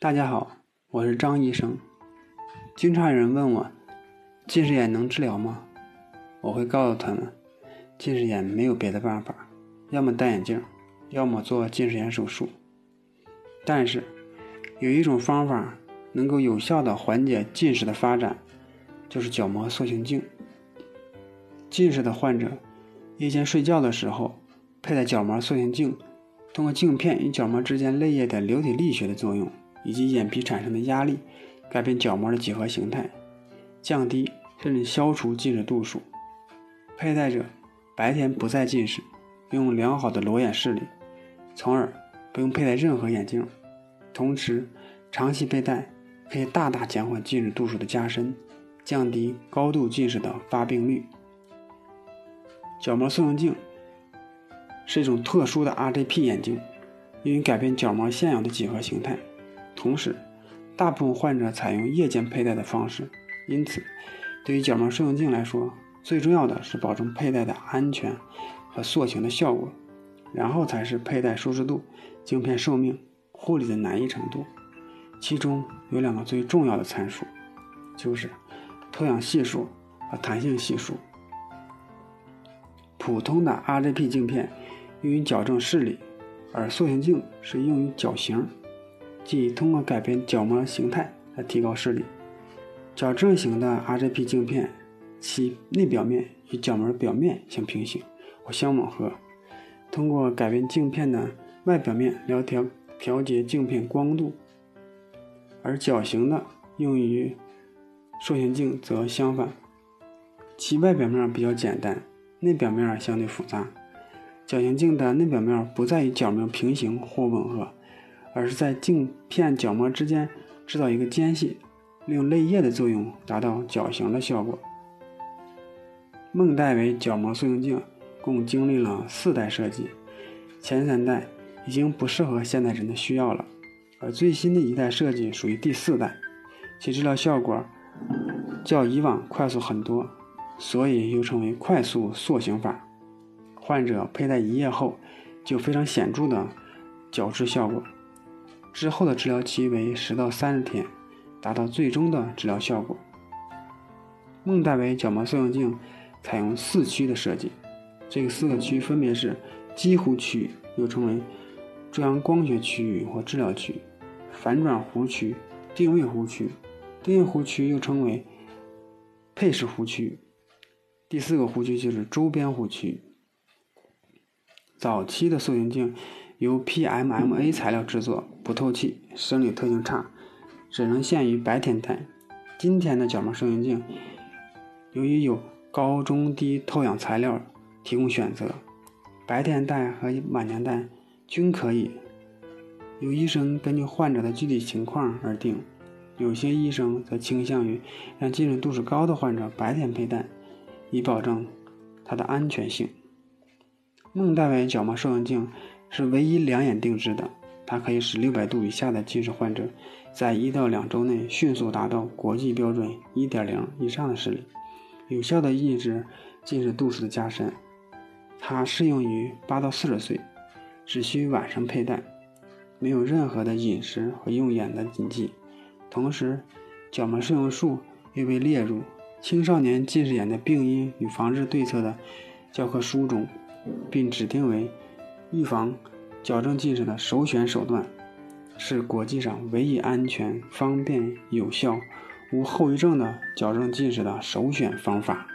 大家好，我是张医生。经常有人问我，近视眼能治疗吗？我会告诉他们，近视眼没有别的办法，要么戴眼镜，要么做近视眼手术。但是有一种方法能够有效地缓解近视的发展，就是角膜塑形镜。近视的患者夜间睡觉的时候佩戴角膜塑形镜，通过镜片与角膜之间泪液的流体力学的作用以及眼皮产生的压力，改变角膜的几何形态，降低甚至消除近视度数。佩戴者白天不再近视，拥有良好的裸眼视力，从而不用佩戴任何眼镜。同时长期佩戴可以大大减缓近视度数的加深，降低高度近视的发病率。角膜塑形镜是一种特殊的 RGP 眼镜，用于改变角膜现有的几何形态。同时大部分患者采用夜间佩戴的方式，因此对于角膜塑形镜来说，最重要的是保证佩戴的安全和塑形的效果，然后才是佩戴舒适度、镜片寿命、护理的难易程度。其中有两个最重要的参数，就是透氧系数和弹性系数。普通的 RGP 镜片用于矫正视力，而塑形镜是用于矫形，即通过改变角膜形态来提高视力。矫正型的 RGP 镜片，其内表面与角膜表面相平行或相吻合，通过改变镜片的外表面来调节镜片光度，而矫形的用于塑形镜则相反，其外表面比较简单，内表面相对复杂。矫形镜的内表面不在于角膜平行或吻合，而是在镜片角膜之间制造一个间隙，利用泪液的作用达到矫形的效果。梦戴维角膜塑形镜共经历了4代设计，前3代已经不适合现代人的需要了，而最新的一代设计属于第4代，其治疗效果较以往快速很多，所以又称为快速塑形法。患者佩戴1夜后就非常显著的矫治效果，之后的治疗期为10到30天，达到最终的治疗效果。梦戴维角膜塑形镜采用4区的设计，这个4个区分别是几乎区，又称为中央光学区域或治疗区，反转弧区、定位弧区，定位弧区又称为配饰弧区，第4个弧区就是周边弧区。早期的塑形镜由 PMMA 材料制作，不透气，生理特性差，只能限于白天戴。今天的角膜塑形镜由于有高中低透氧材料提供选择，白天戴和晚年戴均可以，由医生根据患者的具体情况而定。有些医生则倾向于让近视度数高的患者白天佩戴，以保证它的安全性。梦戴维角膜塑形镜是唯一2眼定制的，它可以使600度以下的近视患者在1到2周内迅速达到国际标准 1.0 以上的视力，有效地抑制近视度数的加深。它适用于8到40岁，只需晚上佩戴，没有任何的饮食和用眼的禁忌。同时角膜塑形术又被列入青少年近视眼的病因与防治对策的教科书中，并指定为预防矫正近视的首选手段，是国际上唯一安全、方便、有效、无后遗症的矫正近视的首选方法。